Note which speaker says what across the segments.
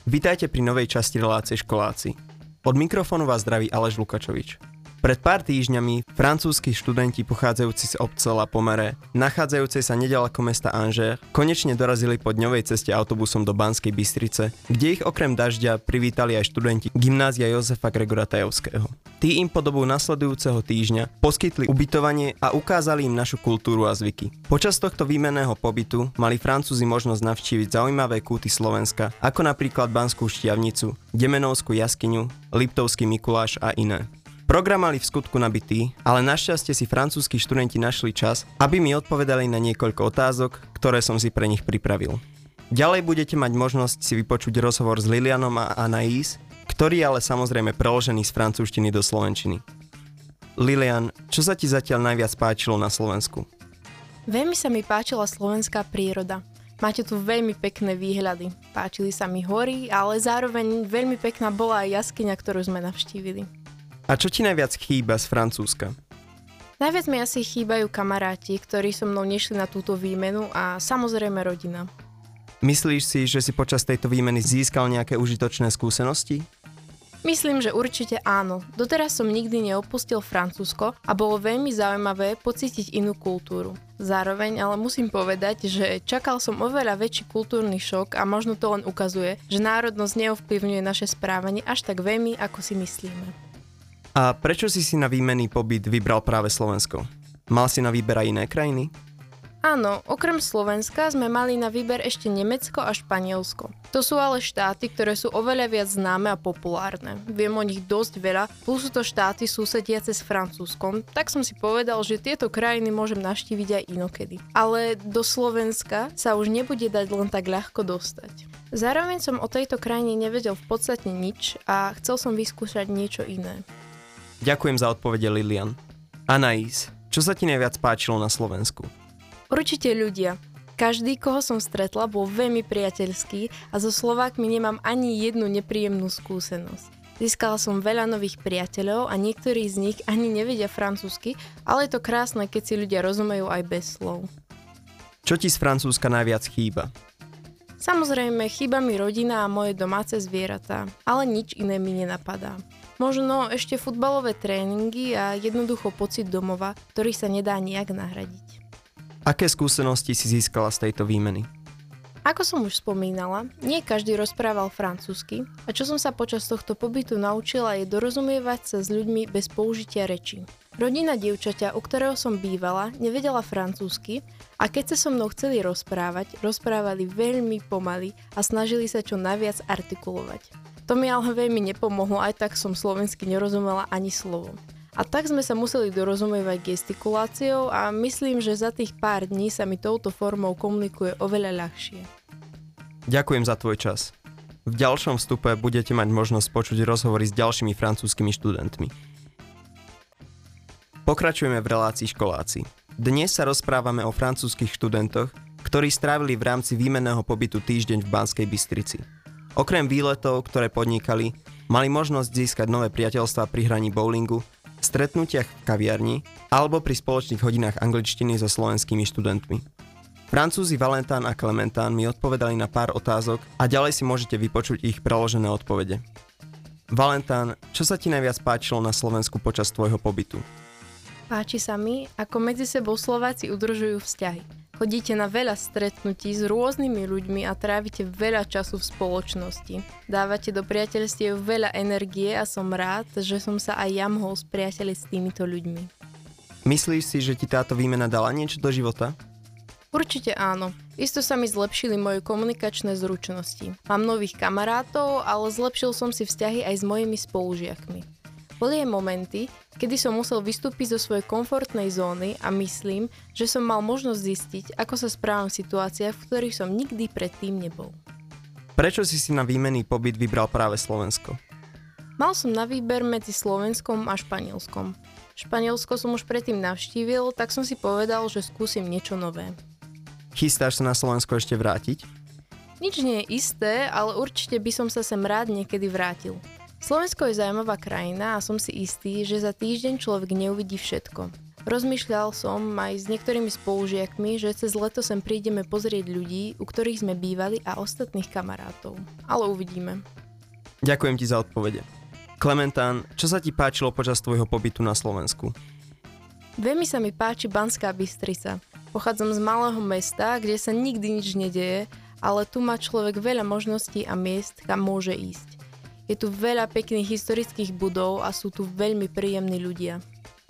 Speaker 1: Vitajte pri novej časti relácie Školáci. Od mikrofónu vás zdraví Aleš Lukačovič. Pred pár týždňami francúzski študenti pochádzajúci z obce La Pomere, nachádzajúcej sa neďaleko mesta Angers, konečne dorazili po dňovej ceste autobusom do Banskej Bystrice, kde ich okrem dažďa privítali aj študenti gymnázia Jozefa Gregora Tajovského. Tí im po dobu nasledujúceho týždňa poskytli ubytovanie a ukázali im našu kultúru a zvyky. Počas tohto výmenného pobytu mali Francúzi možnosť navštíviť zaujímavé kúty Slovenska, ako napríklad Banskú Štiavnicu, Demenovskú jaskyňu, Liptovský Mikuláš a iné. Program mali v skutku nabitý, ale našťastie si francúzski študenti našli čas, aby mi odpovedali na niekoľko otázok, ktoré som si pre nich pripravil. Ďalej budete mať možnosť si vypočuť rozhovor s Lilianom a Anaïs, ktorý je ale samozrejme preložený z francúzštiny do slovenčiny. Lilian, čo sa ti zatiaľ najviac páčilo na Slovensku?
Speaker 2: Veľmi sa mi páčila slovenská príroda. Máte tu veľmi pekné výhľady. Páčili sa mi hory, ale zároveň veľmi pekná bola aj jaskyňa, ktorú sme navštívili.
Speaker 1: A čo ti najviac chýba z Francúzska?
Speaker 2: Najviac mi asi chýbajú kamaráti, ktorí so mnou nešli na túto výmenu a samozrejme rodina.
Speaker 1: Myslíš si, že si počas tejto výmeny získal nejaké užitočné skúsenosti?
Speaker 2: Myslím, že určite áno. Doteraz som nikdy neopustil Francúzsko a bolo veľmi zaujímavé pocítiť inú kultúru. Zároveň ale musím povedať, že čakal som oveľa väčší kultúrny šok a možno to len ukazuje, že národnosť neovplyvňuje naše správanie až tak veľmi, ako si myslíme.
Speaker 1: A prečo si na výmenný pobyt vybral práve Slovensko? Mal si na výber aj iné krajiny?
Speaker 2: Áno, okrem Slovenska sme mali na výber ešte Nemecko a Španielsko. To sú ale štáty, ktoré sú oveľa viac známe a populárne. Viem o nich dosť veľa, plus sú to štáty susediace s Francúzskom, tak som si povedal, že tieto krajiny môžem navštíviť aj inokedy. Ale do Slovenska sa už nebude dať len tak ľahko dostať. Zároveň som o tejto krajine nevedel v podstate nič a chcel som vyskúšať niečo iné.
Speaker 1: Ďakujem za odpovede, Lilian. Anaïs, čo sa ti najviac páčilo na Slovensku?
Speaker 2: Určite ľudia. Každý, koho som stretla, bol veľmi priateľský a so Slovákmi nemám ani jednu nepríjemnú skúsenosť. Získala som veľa nových priateľov a niektorí z nich ani nevedia francúzsky, ale je to krásne, keď si ľudia rozumejú aj bez slov.
Speaker 1: Čo ti z Francúzska najviac chýba?
Speaker 2: Samozrejme, chýba mi rodina a moje domáce zvieratá, ale nič iné mi nenapadá. Možno ešte futbalové tréningy a jednoducho pocit domova, ktorý sa nedá nejak nahradiť.
Speaker 1: Aké skúsenosti si získala z tejto výmeny?
Speaker 2: Ako som už spomínala, nie každý rozprával francúzsky a čo som sa počas tohto pobytu naučila je dorozumievať sa s ľuďmi bez použitia rečí. Rodina dievčaťa, u ktorého som bývala, nevedela francúzsky a keď sa so mnou chceli rozprávať, rozprávali veľmi pomaly a snažili sa čo najviac artikulovať. To mi ale veľmi nepomohlo, aj tak som slovensky nerozumela ani slovo. A tak sme sa museli dorozumievať gestikuláciou a myslím, že za tých pár dní sa mi touto formou komunikuje oveľa ľahšie.
Speaker 1: Ďakujem za tvoj čas. V ďalšom vstupe budete mať možnosť počuť rozhovory s ďalšími francúzskymi študentmi. Pokračujeme v relácii Školáci. Dnes sa rozprávame o francúzskych študentoch, ktorí strávili v rámci výmenného pobytu týždeň v Banskej Bystrici. Okrem výletov, ktoré podnikali, mali možnosť získať nové priateľstvá pri hraní bowlingu, stretnutiach v kaviarni alebo pri spoločných hodinách angličtiny so slovenskými študentmi. Francúzi Valentán a Klementán mi odpovedali na pár otázok a ďalej si môžete vypočuť ich preložené odpovede. Valentán, čo sa ti najviac páčilo na Slovensku počas tvojho pobytu?
Speaker 2: Páči sa mi, ako medzi sebou Slováci udržujú vzťahy. Chodíte na veľa stretnutí s rôznymi ľuďmi a trávite veľa času v spoločnosti. Dávate do priateľstiev veľa energie a som rád, že som sa aj ja mohol spriateľiť s týmito ľuďmi.
Speaker 1: Myslíš si, že ti táto výmena dala niečo do života?
Speaker 2: Určite áno. Isto sa mi zlepšili moje komunikačné zručnosti. Mám nových kamarátov, ale zlepšil som si vzťahy aj s mojimi spolužiakmi. Boli aj momenty, kedy som musel vystúpiť zo svojej komfortnej zóny a myslím, že som mal možnosť zistiť, ako sa správam v situáciách, v ktorých som nikdy predtým nebol.
Speaker 1: Prečo si na výmenný pobyt vybral práve Slovensko?
Speaker 2: Mal som na výber medzi Slovenskom a Španielskom. Španielsko som už predtým navštívil, tak som si povedal, že skúsim niečo nové.
Speaker 1: Chystáš sa na Slovensko ešte vrátiť?
Speaker 2: Nič nie je isté, ale určite by som sa sem rád niekedy vrátil. Slovensko je zaujímavá krajina a som si istý, že za týždeň človek neuvidí všetko. Rozmýšľal som aj s niektorými spolužiakmi, že cez leto sem prídeme pozrieť ľudí, u ktorých sme bývali a ostatných kamarátov. Ale uvidíme.
Speaker 1: Ďakujem ti za odpovede. Klementán, čo sa ti páčilo počas tvojho pobytu na Slovensku?
Speaker 2: Veľmi sa mi páči Banská Bystrica. Pochádzam z malého mesta, kde sa nikdy nič nedeje, ale tu má človek veľa možností a miest, kam môže ísť. Je tu veľa pekných historických budov a sú tu veľmi príjemní ľudia.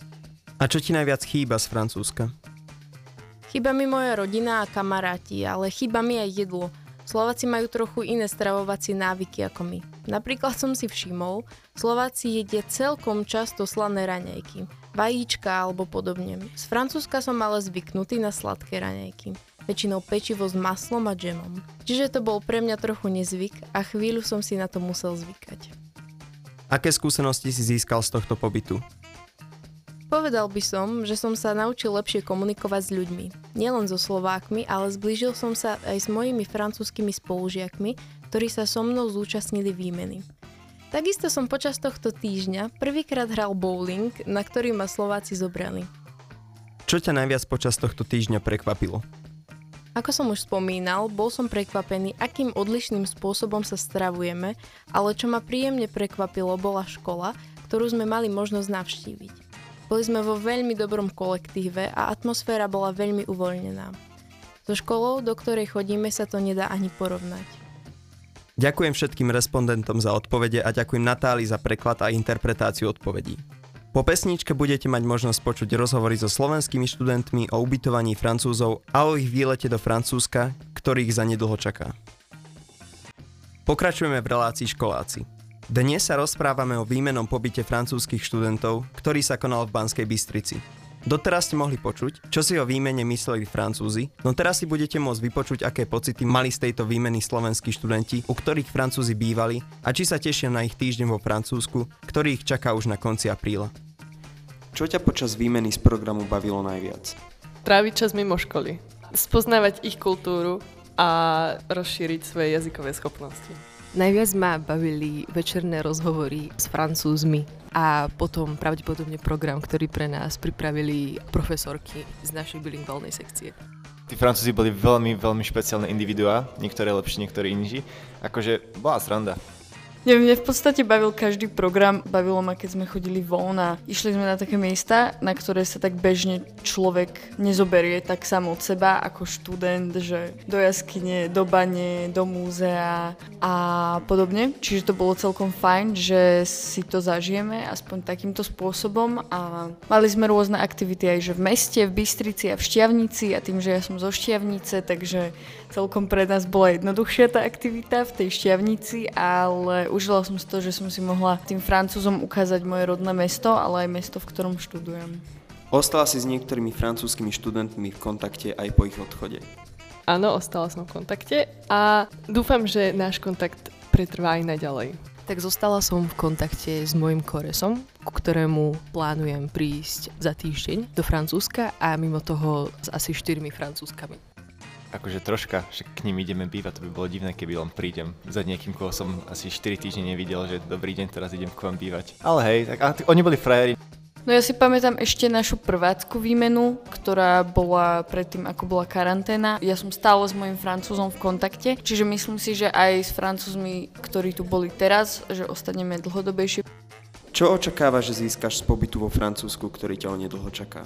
Speaker 1: A čo ti najviac chýba z Francúzska?
Speaker 2: Chýba mi moja rodina a kamaráti, ale chýba mi aj jedlo. Slováci majú trochu iné stravovacie návyky ako my. Napríklad som si všimol, Slováci jedia celkom často slané raňajky, vajíčka alebo podobne. Z Francúzska som ale zvyknutý na sladké raňajky, väčšinou pečivo s maslom a džemom. Čiže to bol pre mňa trochu nezvyk a chvíľu som si na to musel zvykať.
Speaker 1: Aké skúsenosti si získal z tohto pobytu?
Speaker 2: Povedal by som, že som sa naučil lepšie komunikovať s ľuďmi. Nielen so Slovákmi, ale zblížil som sa aj s mojimi francúzskymi spolužiakmi, ktorí sa so mnou zúčastnili výmeny. Takisto som počas tohto týždňa prvýkrát hral bowling, na ktorý ma Slováci zobrali.
Speaker 1: Čo ťa najviac počas tohto týždňa prekvapilo?
Speaker 2: Ako som už spomínal, bol som prekvapený, akým odlišným spôsobom sa stravujeme, ale čo ma príjemne prekvapilo, bola škola, ktorú sme mali možnosť navštíviť. Boli sme vo veľmi dobrom kolektíve a atmosféra bola veľmi uvoľnená. So školou, do ktorej chodíme, sa to nedá ani porovnať.
Speaker 1: Ďakujem všetkým respondentom za odpovede a ďakujem Natálii za preklad a interpretáciu odpovedí. Po pesničke budete mať možnosť počuť rozhovory so slovenskými študentmi o ubytovaní Francúzov a o ich výlete do Francúzska, ktorých zanedlho čaká. Pokračujeme v relácii Školáci. Dnes sa rozprávame o výmennom pobyte francúzskych študentov, ktorý sa konal v Banskej Bystrici. Doteraz ste mohli počuť, čo si o výmene mysleli Francúzi, no teraz si budete môcť vypočuť, aké pocity mali z tejto výmeny slovenskí študenti, u ktorých Francúzi bývali a či sa tešia na ich týždeň vo Francúzsku, ktorý ich čaká už na konci apríla. Čo ťa počas výmeny z programu bavilo najviac?
Speaker 3: Tráviť čas mimo školy, spoznávať ich kultúru a rozšíriť svoje jazykové schopnosti.
Speaker 4: Najviac ma bavili večerné rozhovory s Francúzmi a potom pravdepodobne program, ktorý pre nás pripravili profesorky z našej bilingválnej sekcie.
Speaker 5: Tí Francúzi boli veľmi, veľmi špeciálne individuá, niektoré lepšie, niektoré inší. Akože bola sranda.
Speaker 6: Mne v podstate bavil každý program. Bavilo ma, keď sme chodili von a išli sme na také miesta, na ktoré sa tak bežne človek nezoberie tak sám od seba ako študent, že do jaskyne, do bane, do múzea a podobne. Čiže to bolo celkom fajn, že si to zažijeme aspoň takýmto spôsobom a mali sme rôzne aktivity aj že v meste, v Bystrici a v Štiavnici a tým, že ja som zo Štiavnice, takže celkom pre nás bola jednoduchšia tá aktivita v tej Štiavnici, ale užila som si to, že som si mohla tým Francúzom ukázať moje rodné mesto, ale aj mesto, v ktorom študujem.
Speaker 1: Ostala si s niektorými francúzskymi študentmi v kontakte aj po ich odchode?
Speaker 3: Áno, ostala som v kontakte a dúfam, že náš kontakt pretrvá aj naďalej.
Speaker 4: Tak zostala som v kontakte s mojim koresom, ku ktorému plánujem prísť za týždeň do Francúzska a mimo toho s asi 4 francúzskami.
Speaker 5: Akože troška, že k ním ideme bývať, to by bolo divné, keby len prídem za niekým, koho som asi 4 týždne nevidel, že dobrý deň, teraz idem k vám bývať. Ale hej, tak oni boli frajeri.
Speaker 6: No ja si pamätám ešte našu prvácku výmenu, ktorá bola predtým, ako bola karanténa. Ja som stále s mojím Francúzom v kontakte, čiže myslím si, že aj s Francúzmi, ktorí tu boli teraz, že ostaneme dlhodobejšie.
Speaker 1: Čo očakávaš, že získaš z pobytu vo Francúzsku, ktorý ťa onedlho čaká?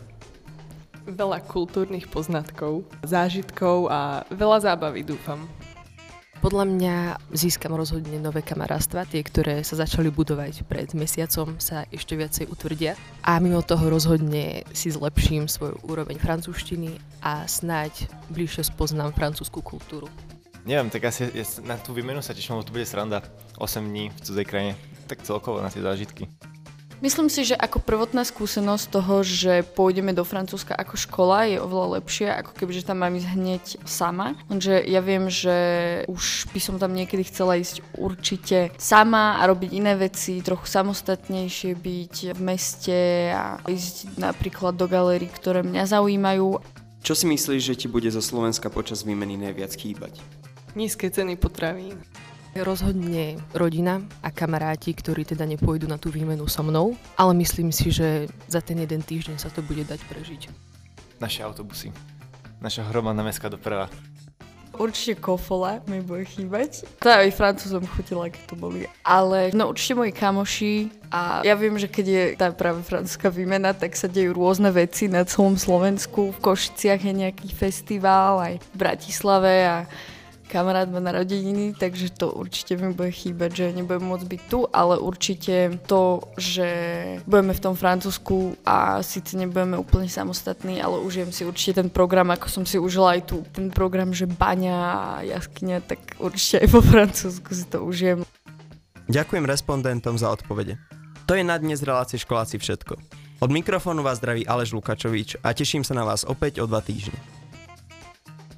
Speaker 3: Veľa kultúrnych poznatkov, zážitkov a veľa zábavy, dúfam.
Speaker 4: Podľa mňa získam rozhodne nové kamarátstva, tie, ktoré sa začali budovať pred mesiacom, sa ešte viacej utvrdia. A mimo toho rozhodne si zlepším svoju úroveň francúzštiny a snáď bližšie spoznám francúzsku kultúru.
Speaker 5: Neviem, tak asi na tú výmenu sa teším, lebo to bude sranda. 8 dní v cudzej krajine, tak celkovo na tie zážitky.
Speaker 6: Myslím si, že ako prvotná skúsenosť toho, že pôjdeme do Francúzska ako škola, je oveľa lepšia, ako kebyže tam mám ísť hneď sama. Lenže ja viem, že už by som tam niekedy chcela ísť určite sama a robiť iné veci, trochu samostatnejšie byť v meste a ísť napríklad do galérií, ktoré mňa zaujímajú.
Speaker 1: Čo si myslíš, že ti bude zo Slovenska počas výmeny najviac chýbať?
Speaker 3: Nízke ceny potravín.
Speaker 4: Rozhodne rodina a kamaráti, ktorí teda nepôjdu na tú výmenu so mnou, ale myslím si, že za ten jeden týždeň sa to bude dať prežiť.
Speaker 5: Naše autobusy. Naša hromadná mestská doprava.
Speaker 6: Určite kofola mi bude chýbať. To aj Francúzom chutila, keď to boli. Ale no určite moji kamoši a ja viem, že keď je tá práve francúzska výmena, tak sa dejú rôzne veci na celom Slovensku. V Košiciach je nejaký festival, aj v Bratislave a kamarát má narodeniny, takže to určite mi bude chýbať, že nebudem môcť byť tu, ale určite to, že budeme v tom Francúzsku a síce nebudeme úplne samostatní, ale užijem si určite ten program, ako som si užila aj tu. Ten program, že baňa a jaskyňa, tak určite aj vo Francúzsku si to užijem.
Speaker 1: Ďakujem respondentom za odpovede. To je na dnes relácie Školáci všetko. Od mikrofónu vás zdraví Aleš Lukačovič a teším sa na vás opäť o 2 týždne.